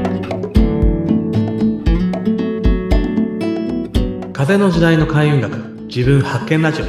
風の時代の開運学、自分発見ラジオ。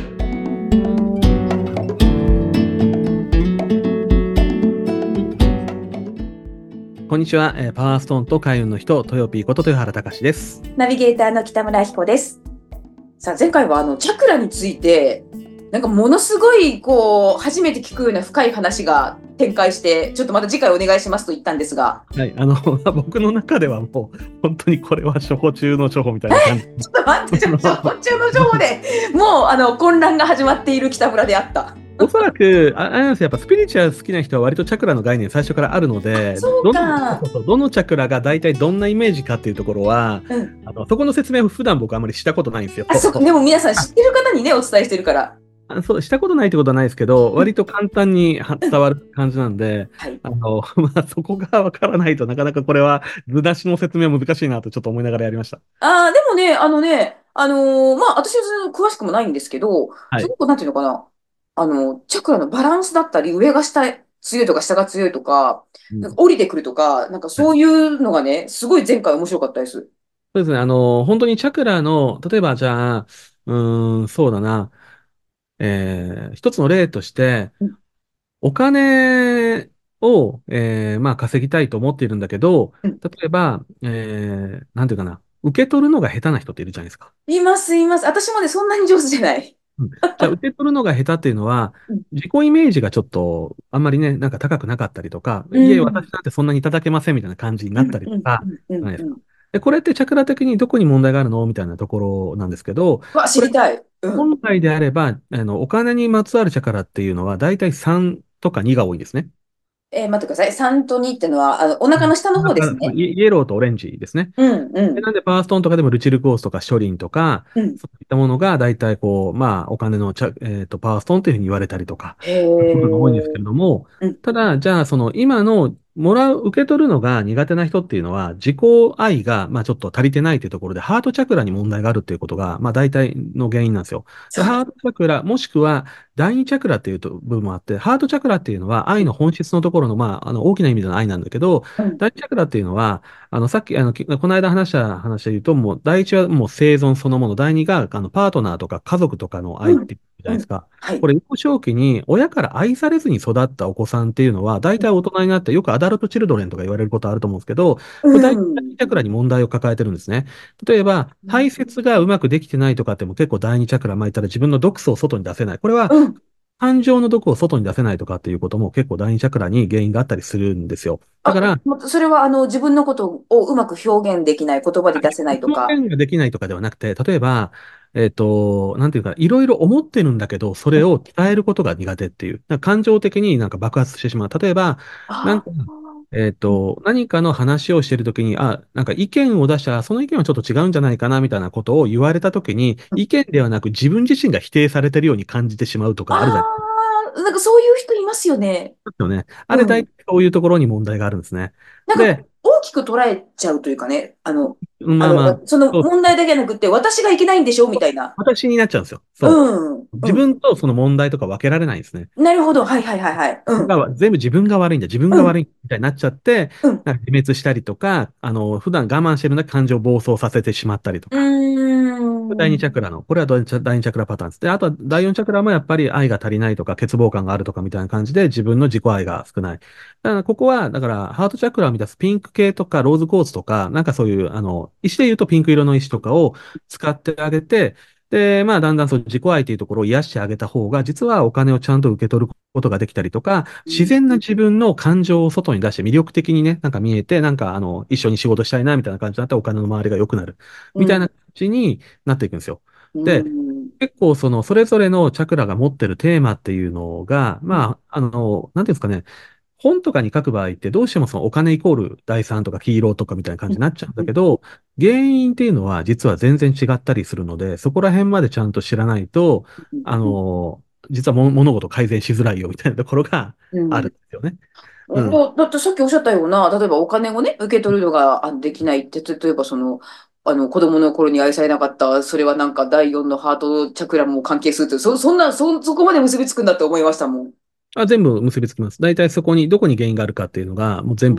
こんにちは、パワーストーンと開運の人、トヨピーこと豊原隆です。 ナビゲーターの北村彦です。さあ、前回はチャクラについて、なんかものすごい初めて聞くような深い話が展開して、ちょっとまた次回お願いしますと言ったんですが。 はい、僕の中ではもう本当にこれは処方中の処方みたいな感じ。 ちょっと待って、処方中の処方でもう混乱が始まっている北村であった。 おそらくあれなんですよ、やっぱスピリチュアル好きな人は割とチャクラの概念最初からあるので、 そうか。 どのチャクラが大体どんなイメージかっていうところは、そこの説明を普段僕あんまりしたことないんですよ。 でも皆さん知ってる方にねお伝えしてるから。 そうしたことないってことはないですけど、割と簡単に伝わる感じなんで、 はい、 そこがわからないとなかなかこれは図出しの説明難しいなとちょっと思いながらやりました。 でもね、私は詳しくもないんですけど、 はい。 すごくなんていうのかな、チャクラのバランスだったり、上が下強いとか下が強いとか、なんか降りてくるとか、なんかはい、 そういうのがね、すごい前回面白かったです。 そうですね。本当にチャクラの、例えばじゃあ、そうだな、一つの例として、 うん、 お金を、まあ稼ぎたいと思っているんだけど、 うん。 例えば、なんていうかな、受け取るのが下手な人っているじゃないですか。 います、います。私もね、そんなに上手じゃない。 うん。じゃあ、受け取るのが下手っていうのは、 うん。 自己イメージがちょっと、あんまりね、なんか高くなかったりとか、 ういえ、 ん。 私なんてそんなにいただけませんみたいな感じになったうん。うん。 りとか、 うん。うん。 じゃないですか。 うん。 で、これってチャクラ的にどこに問題があるのみたいなところなんですけど、 知これ、 りたい。うん。 本来であれば、お金にまつわるチャクラっていうのは、だいたい3とか2が多いんですね。 待ってください。3と2ってのは、お腹の下の方だからですね。 イエローとオレンジですね。 うん、うで、 ん、 なんで、パワーストーンとかでもルチルクオースとかショリンとか、 うん。 そういったものが大体まあ、お金のパワーストーンというふうに言われたりとか、 へそういうのが多いんですえ。 けれども、 うん。 ただ、じゃあ、その今の受け取るのが苦手な人っていうのは、自己愛が、まあ、ちょっと足りてないというところで、ハートチャクラに問題があるっていうことが、まあ、大体の原因なんですよ。で、 そうだ。 ハートチャクラ、もしくは、第二チャクラっていう部分もあって、ハートチャクラっていうのは愛の本質のところの、まあ、大きな意味での愛なんだけど、 うん。 第二チャクラっていうのは、さっき、この間話した話で言うと、もう、第一はもう生存そのもの、第二が、パートナーとか家族とかの愛うん。 っていうじゃなうん。 いですか。 はい。 これ、幼少期に親から愛されずに育ったお子さんっていうのは、大体大人になって、よくアダルトチルドレンとか言われることあると思うんですけど、こうれ第二ん。 チャクラに問題を抱えてるんですね。例えば、排泄がうまくできてないとかっても結構第二チャクラ巻いたら自分の毒素を外に出せない。これは、 うん。 感情の毒を外に出せないとかっていうことも結構第二チャクラに原因があったりするんですよ。だから、 それは自分のことをうまく表現できない、言葉で出せないとか。 表現ができないとかではなくて、例えば、なんていうか、いろいろ思ってるんだけど、それを伝えることが苦手っていう。なんか感情的になんか爆発してしまう。例えば、なんか、 ああ。 何かの話をしているときに、なんか意見を出したら、その意見はちょっと違うんじゃないかな、みたいなことを言われたときに、意見ではなく自分自身が否定されてるように感じてしまうとあかあるじゃないなんかそういう人いますよね。 ですかね。あれ、 うん。 大体そういうところに問題があるんですね。 なんかで、 大きく捉えちゃうというかね、 まあまあ、 そのそう問題だけじゃなくて、私がいけないんでしょみたいな。 私になっちゃうんですよ。そう。 うん。う自ん。 分とその問題とか分けられないんですね。 なるほど。はいはいはいはい。うん。 全部自分が悪いんだ、自分うん。 が悪いみたいになっちゃって、 うん。 なんか自滅したりとか、普段我慢してるんだ感情を暴走させてしまったりとうか。第二チャーん。 クラの、これは第二チャクラパターンです。で、あとは第四チャクラもやっぱり愛が足りないとか、欠乏感があるとかみたいな感じで自分の自己愛が少ない。だからここは、だからハートチャクラを満たすピンク系とかローズコーツとか、なんかそういう、石で言うとピンク色の石とかを使ってあげて、で、まあ、だんだんそう自己愛というところを癒してあげた方が、実はお金をちゃんと受け取ることができたりとか、自然な自分の感情を外に出して魅力的にね、なんか見えて、なんか一緒に仕事したいな、みたいな感じになってお金の回りが良くなる。みうん。 たいな感じになっていくんですよ。 うで、 ん。 結構それぞれのチャクラが持ってるテーマっていうのが、 うん。 まあ、なんていうんですかね、本とかに書く場合ってどうしてもそのお金イコール第三とか黄色とかみたいな感うん。 じになっちゃうんうん。 だけど、原因っていうのは実は全然違ったりするので、そこら辺までちゃんと知らないと、あうん。 の、実は物事改善しづらいよみたいなところがあるんですよね。うん。 だってさっきおっしゃったような、例えばお金をね、受け取るのができないって、例えば子供の頃に愛されなかった、それはなんか第四のハートチャクラも関係するって、そこまで結びつくんだって思いましたもん。 全部結びつきます。大体そこに、どこに原因があるかっていうのが、もう全部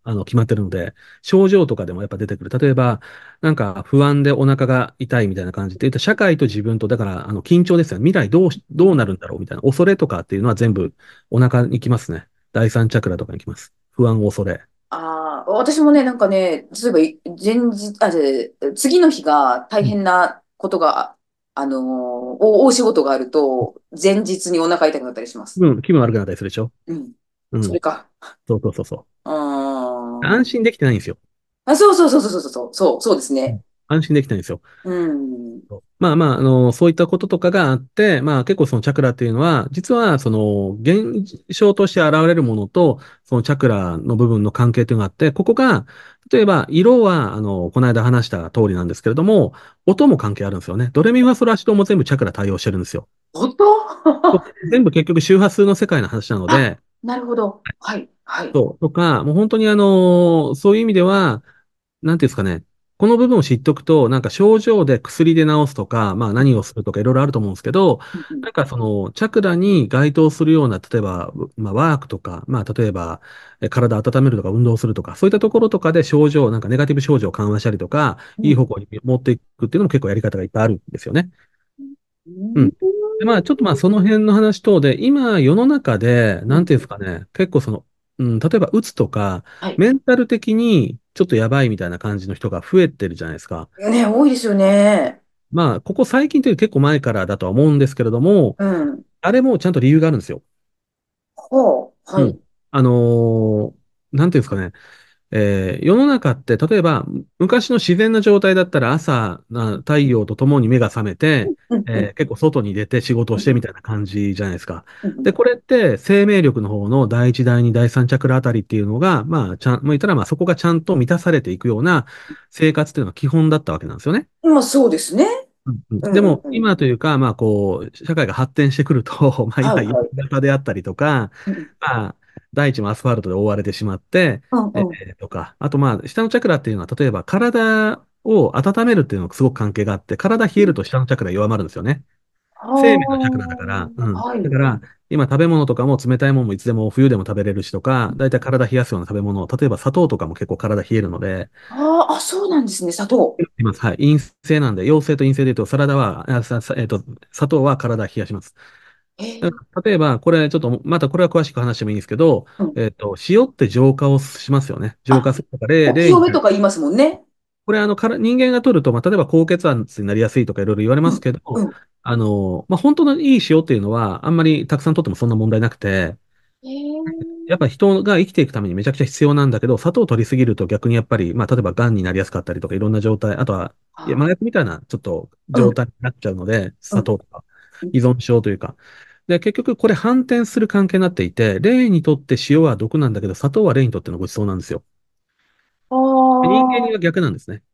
決まってるので、症状とかでもやっぱ出てくる。例えば、なんか不安でお腹が痛いみたいな感じで言うと、社会と自分と、だから、緊張ですよね。未来どうなるんだろうみたいな。恐れとかっていうのは全部お腹に来ますね。第三チャクラとかに来ます。不安、恐れ。 ああ、私もね、なんかね、例えば前日、次の日が大うん。 変なことが、大仕事があると、前日にお腹痛くなったりします。 気分悪くなったりするでしょ？ うん。 うん。 それか。 そうそうそうそうーう。安ん。 心できてないんですよ。 あ、そうそうそうそうそうそう、そうですね。 うん。安心できてないんですよ。 うん。 そうまあまあ、そういったこととかがあって、まあ結構そのチャクラっていうのは、実はその現象として現れるものと、そのチャクラの部分の関係っていうのがあって、ここが、例えば色は、この間話した通りなんですけれども、音も関係あるんですよね。ドレミファソラシドも全部チャクラ対応してるんですよ。 本そう当？ 全部結局周波数の世界の話なのあ、 で、 なるほど。はい、はい。 そう、とか、もう本当にそういう意味では、なんていうんですかね、この部分を知っておくと、なんか症状で薬で治すとか、まあ何をするとかいろいろあると思うんですけど、 うんうんなんかそのチャクラに該当するような、例えば、まあワークとか、まあ例えば、体温めるとか運動するとか、そういったところとかで症状、なんかネガティブ症状を緩和したりとか、いいうん方向に持っていくっていうのも結構やり方がいっぱいあるんですよね。 ううん。 んで、まあ、ちょっとまあ、その辺の話等で、今、世の中で、 うん。 なんていうんですかね、結構その、例えば、うつとか、 はい。 メンタル的にちょっとやばいみたいな感じの人が増えてるじゃないですか。 ね、多いですよね。 まあ、ここ最近というより結構前からだとは思うんですけれども、 うん。 あれもちゃんと理由があるんですよ。 ほう。はい。 うん。なんていうんですかね。世の中って、例えば、昔の自然な状態だったら太陽とともに目が覚めて、 うんうん結構外に出て仕事をしてうんみたいな感じじゃないですか。で、 うん。 これって生命力の方の第一、第二、第三チャクラあたりっていうのが、まあ、まあ言ったら、まあそこがちゃんと満たされていくような生活っていうのが基本だったわけなんですよね。 まあ、そうですね。 うんうんでも、 うんうん。 今というか、まあ、こう、社会が発展してくると、まあ、今、 はいはい。 田舎であったりとか、 うんまあ、大地もアスファルトで覆われてしまって、 うんうん。 とか、あと、まあ、下のチャクラっていうのは、例えば、体を温めるっていうのがすごく関係があって、体冷えると下のチャクラ弱まるんですよね。生命のチャクラだから、うん。 はい。 だから、今、食べ物とかも冷たいものもいつでも冬でも食べれるしとか、だいたい体冷やすような食べ物、例えば砂糖とかも結構体冷えるので、 そうなんですね、砂糖。 います。はい。陰性なんで、陽性と陰性で言うと、サラダは、あささえっと、砂糖は体を冷やします。 えー、 例えば、これちょっと、またこれは詳しく話してもいいんですけど、 うん。 塩って浄化をしますよね。浄あ、 化するとか、 お清めとか言いますもんね。 これ人間が取ると、まあ、例えば高血圧になりやすいとかいろいろ言われまうん。 すけど、 うん。 まあ、本当のいい塩っていうのは、あんまりたくさん取ってもそんな問題なくて、 えー、 やっぱ人が生きていくためにめちゃくちゃ必要なんだけど、砂糖を取りすぎると逆にやっぱり、まあ、例えば癌になりやすかったりとかいろんな状態、あとは、いや麻あ、 薬みたいなちょっとうん。 状態になっちゃうので、 うん。 砂糖とか依存症というか。で、結局これ反転する関係になっていて、霊にとって塩は毒なんだけど、砂糖は霊にとってのごちそうなんですよ。 あ人間にはあ、 逆なんですね。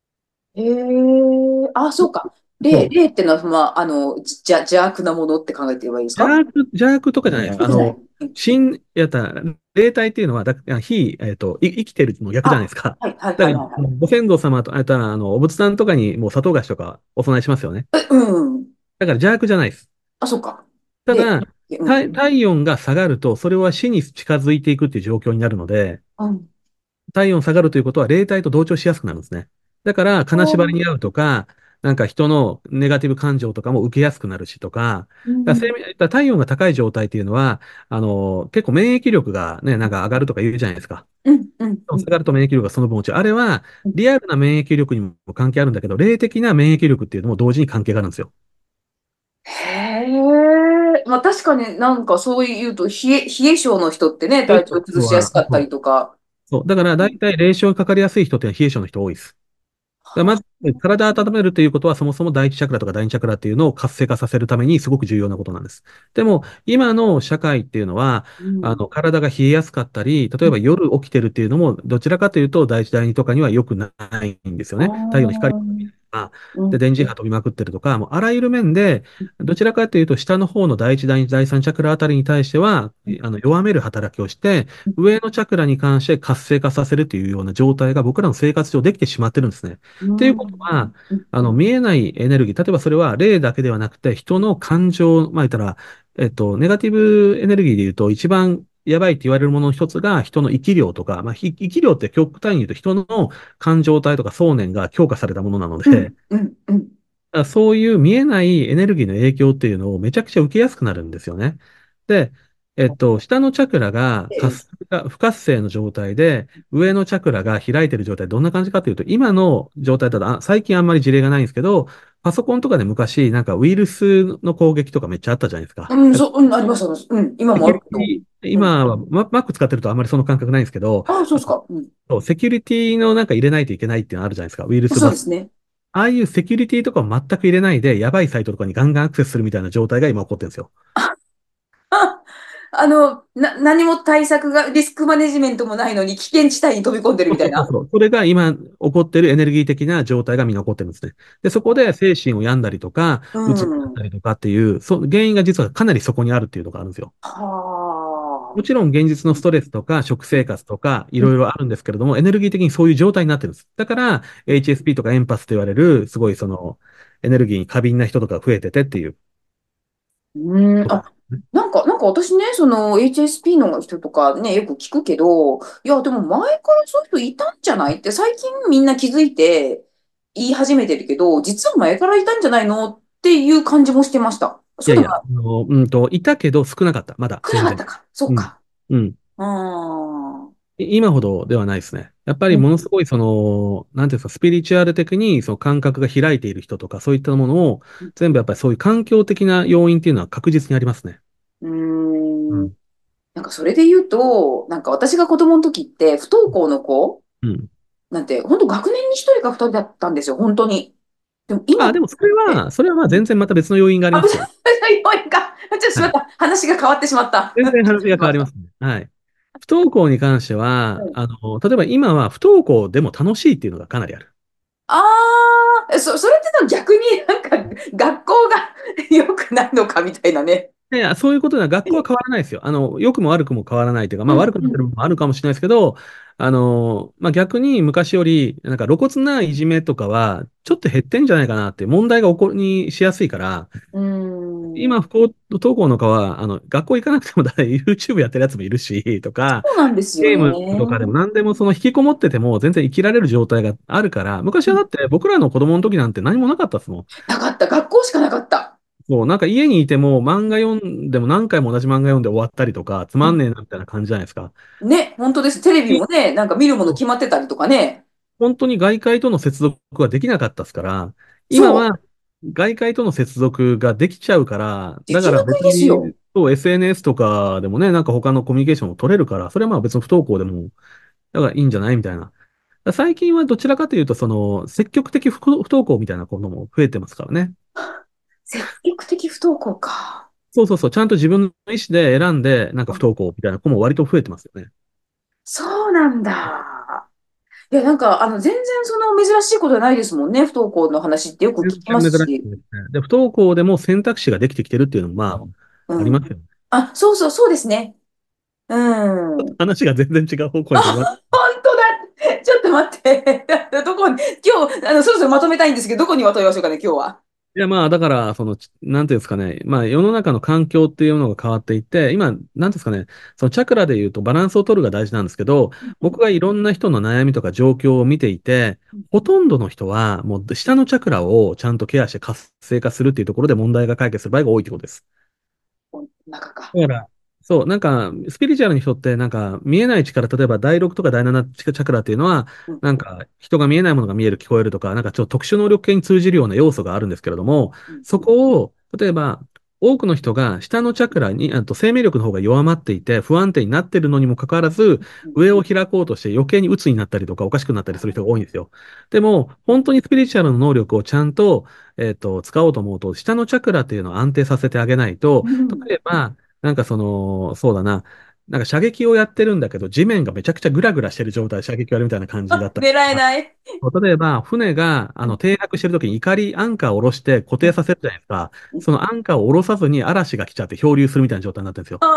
そうか。 そう。 霊ってのは、まあ、邪悪なものって考えてればいいですか？ 邪悪とかじゃないです。 そうじゃない。うん。 やったら、霊体っていうのは、生きてるの逆じゃないであ、 すか。 はいはいだから、 はいはいはい。 ご先祖様と、お仏壇とかにもう砂糖菓子とかお供えしますよね。 うん。 だから邪悪じゃないです。 あ、そうか。で、 ただ、 うん。 体温が下がると、それは死に近づいていくっていう状況になるので、 うん。 体温下がるということは霊体と同調しやすくなるんですね。だから、金縛りに遭うとか、なんか人のネガティブ感情とかも受けやすくなるしとか、 うんだから体温が高い状態っていうのは、結構免疫力がね、なんか上がるとか言うじゃないですか。 うんうんうん下がると免疫力がその分落ちる。あれは、 うん。 リアルな免疫力にも関係あるんだけど、霊的な免疫力っていうのも同時に関係があるんですよ。 へえ。まあ確かになんかそういうと冷え性の人ってね、体調崩しやすかったりとか。 そう。だから、大体、冷症がかかりやすい人っていうのは冷え性の人多いです。だからまず、体を温めるということは、そもそも第一チャクラとか第二チャクラっていうのを活性化させるためにすごく重要なことなんです。でも、今の社会っていうのは、 うん。 体が冷えやすかったり、例うん。 えば夜起きてるっていうのも、どちらかというと、第一、第二とかには良くないんですよあね。太陽の光あ、 が、で、 うん。 電磁波飛びまくってるとか、もうあらゆる面で、どちらかというと、下の方の第一、第二、第三チャクラあたりに対しては、弱める働きをして、上のチャクラに関して活性化させるというような状態が僕らの生活上できてしまってるんですね。っていうことは、見えないエネルギー、例えばそれは霊だけではなくて、人の感情、まあ言ったら、ネガティブエネルギーで言うと、一番やばいって言われるものの一つが人の生き量とか、まあ、生き量って極端に言うと人の感情体とか想念が強化されたものなので、 うん、うん、うん。 そういう見えないエネルギーの影響っていうのをめちゃくちゃ受けやすくなるんですよね。で、下のチャクラがええ、 不活性の状態で、上のチャクラが開いてる状態、どんな感じかというと、今の状態だと、最近あんまり事例がないんですけど、パソコンとかで昔、なんかウイルスの攻撃とかめっちゃあったじゃないですか。 うん、そう、うん、あります、あります。うん、今セもあるけど。 キュリティ、 うん。 今はMac 使ってるとあんまりその感覚ないんですけど、 ああ、そうですか。うん。 そうセキュリティのなんか入れないといけないっていうのあるじゃないですか。ウイルスバス。 そうですね。 ああいうセキュリティとかを全く入れないで、やばいサイトとかにガンガンアクセスするみたいな状態が今起こってるんですよ。 あ、何も対策が、リスクマネジメントもないのに危険地帯に飛び込んでるそうみたいな。 そうそうそう。それが今起こってるエネルギー的な状態がみんな起こってるんですね。で、そこで精神を病んだりとか、 う鬱になっん。 たりとかっていう、原因が実はかなりそこにあるっていうのがあるんですよ。 はあ。 もちろん現実のストレスとか食生活とかいうん。 ろいろあるんですけれども、エネルギー的にそういう状態になってるんです。だから HSP とかエンパスと言われる、すごいそのエネルギーに過敏な人とか増えててっていううん、 ことあ、なんか私ね、その HSP の人とかね、よく聞くけど、いや、でも前からそういう人いたんじゃないって最近みんな気づいて言い始めてるけど、実は前からいたんじゃないのっていう感じもしてました。 いやいや、 そうでもない。 いたけど少なかった。まだ少な全然。 かったか。そううん。 か。 うん。 うーん。 今ほどではないですね。やっぱりうん。 ものすごいその、なんていうんですか、スピリチュアル的にその感覚が開いている人とか、そういったものを、全部やっぱりそういう環境的な要因っていうのは確実にありますね。 うーん。 うん。 なんかそれで言うと、なんか私が子供の時って不登校の子うん。 なんて、本当学年に一人か二人だったんですよ、本当に。でも今っでもそれて、 は、それはまあ全然また別の要因がありあ、別に、 ますよ。 要因か。ちょっとしはい。 まった。話が変わってしまった。 全然失話が変礼しました。 わりますね。はい。不登校に関しては、 うん。 例えば今は不登校でも楽しいっていうのがかなりある。 あそれっての逆になんか学校が良くないのかみたいなね。 いや、そういうことでは学校は変わらないですよ。良くも悪くも変わらないというか、まあ悪くなってるうんうん。 部分もあるかもしれないですけど、まあ逆に昔より、なんか露骨ないじめとかは、ちょっと減ってんじゃないかなって問題が起こりしやすいから、 うーん。 今不登校の子は、学校行かなくてもYouTube やってるやつもいるし、とか、 そうなんですよゲームとかでもね。 何でもその引きこもってても全然生きられる状態があるから、昔はだって僕らの子供の時なんて何もなかったですもん。 なかった。学校しかなかった。 そう、なんか家にいても漫画読んでも何回も同じ漫画読んで終わったりとか、つまんねえなみたいな感じじゃないですか。 ね、本当です。テレビえもね、なんか見るものそう決まってたりとかね。 本当に外界との接続ができなかったですから、今そう。 は外界との接続ができちゃうから、だから別できまくりですよ。 にそう SNS とかでもね、なんか他のコミュニケーションを取れるから、それはまあ別に不登校でも、だからいいんじゃないみたいな。だから最近はどちらかというと、その積極的不登校みたいなことも増えてますからね。 積極的不登校か。 そうそうそう、ちゃんと自分の意思で選んで、なんか不登校みたいな子も割と増えてますよね。 そうなんだ。いや、なんか、全然その珍しいことはないですもんね。不登校の話ってよく聞きま全然珍しすし。 いですね。で、不登校でも選択肢ができてきてるっていうのも、まあ、ありうん。 ますよね。 あ、そうそう、そうですね。うん。 話が全然違う方向に飛びます。 あ、本当だ。ちょっと待って。どこに、今日、そろそろまとめたいんですけど、どこにまとめましょうかね、今日は。 いや、まあ、だから、なんていうんですかね。まあ、世の中の環境っていうのが変わっていって、今、なんていうんですかね。そのチャクラで言うとバランスを取るが大事なんですけど、僕がいろんな人の悩みとか状況を見ていて、ほとんどの人は、もう下のチャクラをちゃんとケアして活性化するっていうところで問題が解決する場合が多いということです。 中か。 だから、そう、なんか、スピリチュアルの人って、なんか、見えない力、例えば第6とか第7チャクラっていうのは、 うん、 なんか、人が見えないものが見える、聞こえるとか、なんかちょっと特殊能力系に通じるような要素があるんですけれども、 うん、 そこを、例えば、多くの人が下のチャクラに、生命力の方が弱まっていて、不安定になっているのにもかかわらず、 うん、 上を開こうとして余計に鬱になったりとか、おかしくなったりする人が多いんですよ。でも、本当にスピリチュアルの能力をちゃんと、使おうと思うと、下のチャクラっていうのを安定させてあげないと、 うん。 例えば、なんかそうだな。なんか射撃をやってるんだけど、地面がめちゃくちゃグラグラしてる状態で射撃をやるみたいな感じだあ、 ったり狙とか。 えない。 例えば、船が、 うん、 停泊してるときにアンカーを下ろして固定させるじゃないですか。 うん。 そのアンカーを下ろさずに嵐が来ちゃって漂流するみたいな状態になってるんですよ。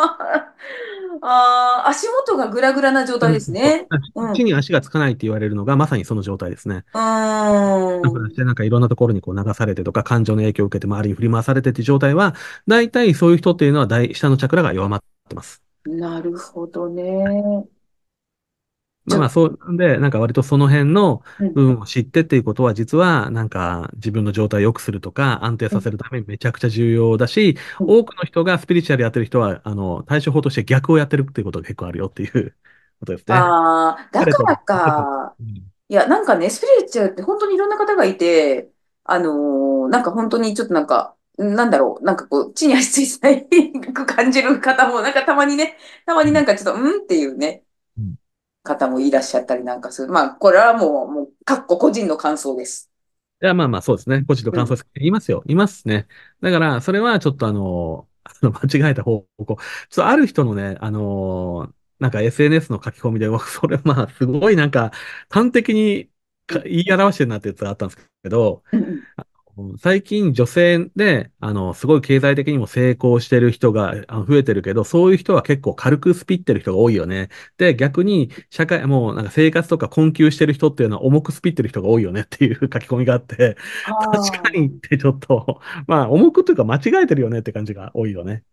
足元がグラグラな状態ですそうそうそうね。うん。 地に足がつかないって言われるのがまさにその状態ですね。 うーん。 だからしてなんかいろんなところにこう流されてとか感情の影響を受けて周りに振り回されてっていう状態は、大体そういう人っていうのは下のチャクラが弱まってます。 なるほどね。ちょ、 そう、で、なんか割とその辺のうん、 部分を知ってっていうことは、実はなんか自分の状態を良くするとか、安定うん、 させるためにめちゃくちゃ重要だし、 うん。 多くの人がスピリチュアルやってる人は、対処法として逆をやってるっていうことが結構あるよっていうことですね。 ああ、だから彼とちょっと、 か。 うん、 いや、なんかね、スピリチュアルって本当にいろんな方がいて、なんか本当にちょっとなんか、なんだろう、なんかこう、地に足ついてないく感じる方も、なんかたまにね、たまになんかちょっと、うんっていうね、 うん。 方もいらっしゃったりなんかする。まあ、これはもう、かっこ個人の感想です。 いや、そうですね。個人のうん。 感想です。いますよ。いますね。だから、それはちょっと間違えた方向。ある人のね、なんか SNS の書き込みで、それすごいなんか、端的にうん。 言い表してるなってやつがあったんですけど、 うん。 最近女性で、すごい経済的にも成功してる人が増えてるけど、そういう人は結構軽くスピってる人が多いよね。で、逆にもうなんか生活とか困窮してる人っていうのは重くスピってる人が多いよねっていう書き込みがあって、 あ確かにっあ。 てちょっと、重くというか間違えてるよねって感じが多いよね。っ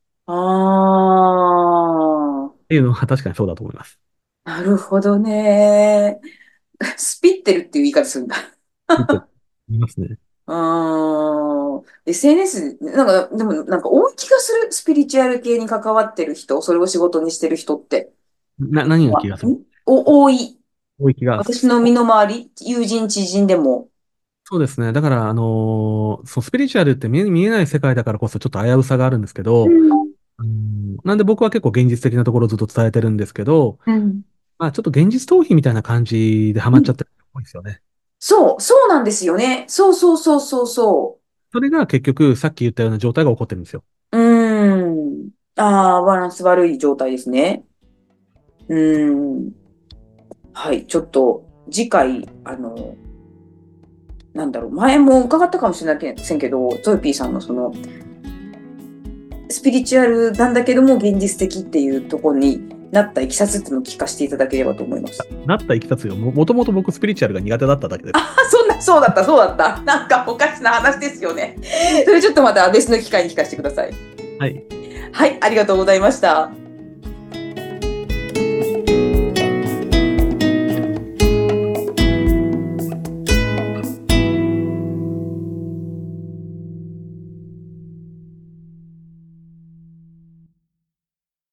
あていうのは確かにそうだと思います。 あ。なるほどね。スピってるっていう言い方するんだ。 見て、いますね。 うーん。SNS、なんか、でもなんか多い気がする。スピリチュアル系に関わってる人、それを仕事にしてる人って。 何が気がする？ 多い。 多い気が。 私の身の回り、友人、知人でも。 そうですね。だから、そう、スピリチュアルって見えない世界だからこそちょっと危うさがあるんですけど、 うん。 なんで僕は結構現実的なところをずっと伝えてるんですけど、 うん。 ちょっと現実逃避みたいな感じでハうん。 マっちゃってる人が多いですよね。 そうなんですよね。そう。 それが結局さっき言ったような状態が起こってるんですよ。 うーん。ああ、バランス悪い状態ですね。うーん。はい。ちょっと、次回、なんだろう、前も伺ったかもしれませんけど、トヨピーさんのその、スピリチュアルなんだけども現実的っていうところになったいきさつっていうのを聞かせていただければと思います。 なったいきさつよ。もともと僕スピリチュアルが苦手だっただけです。 あ、そうだった。なんかおかしな話ですよね。それちょっとまた別の機会に聞かせてください。 はい。 はい、ありがとうございました。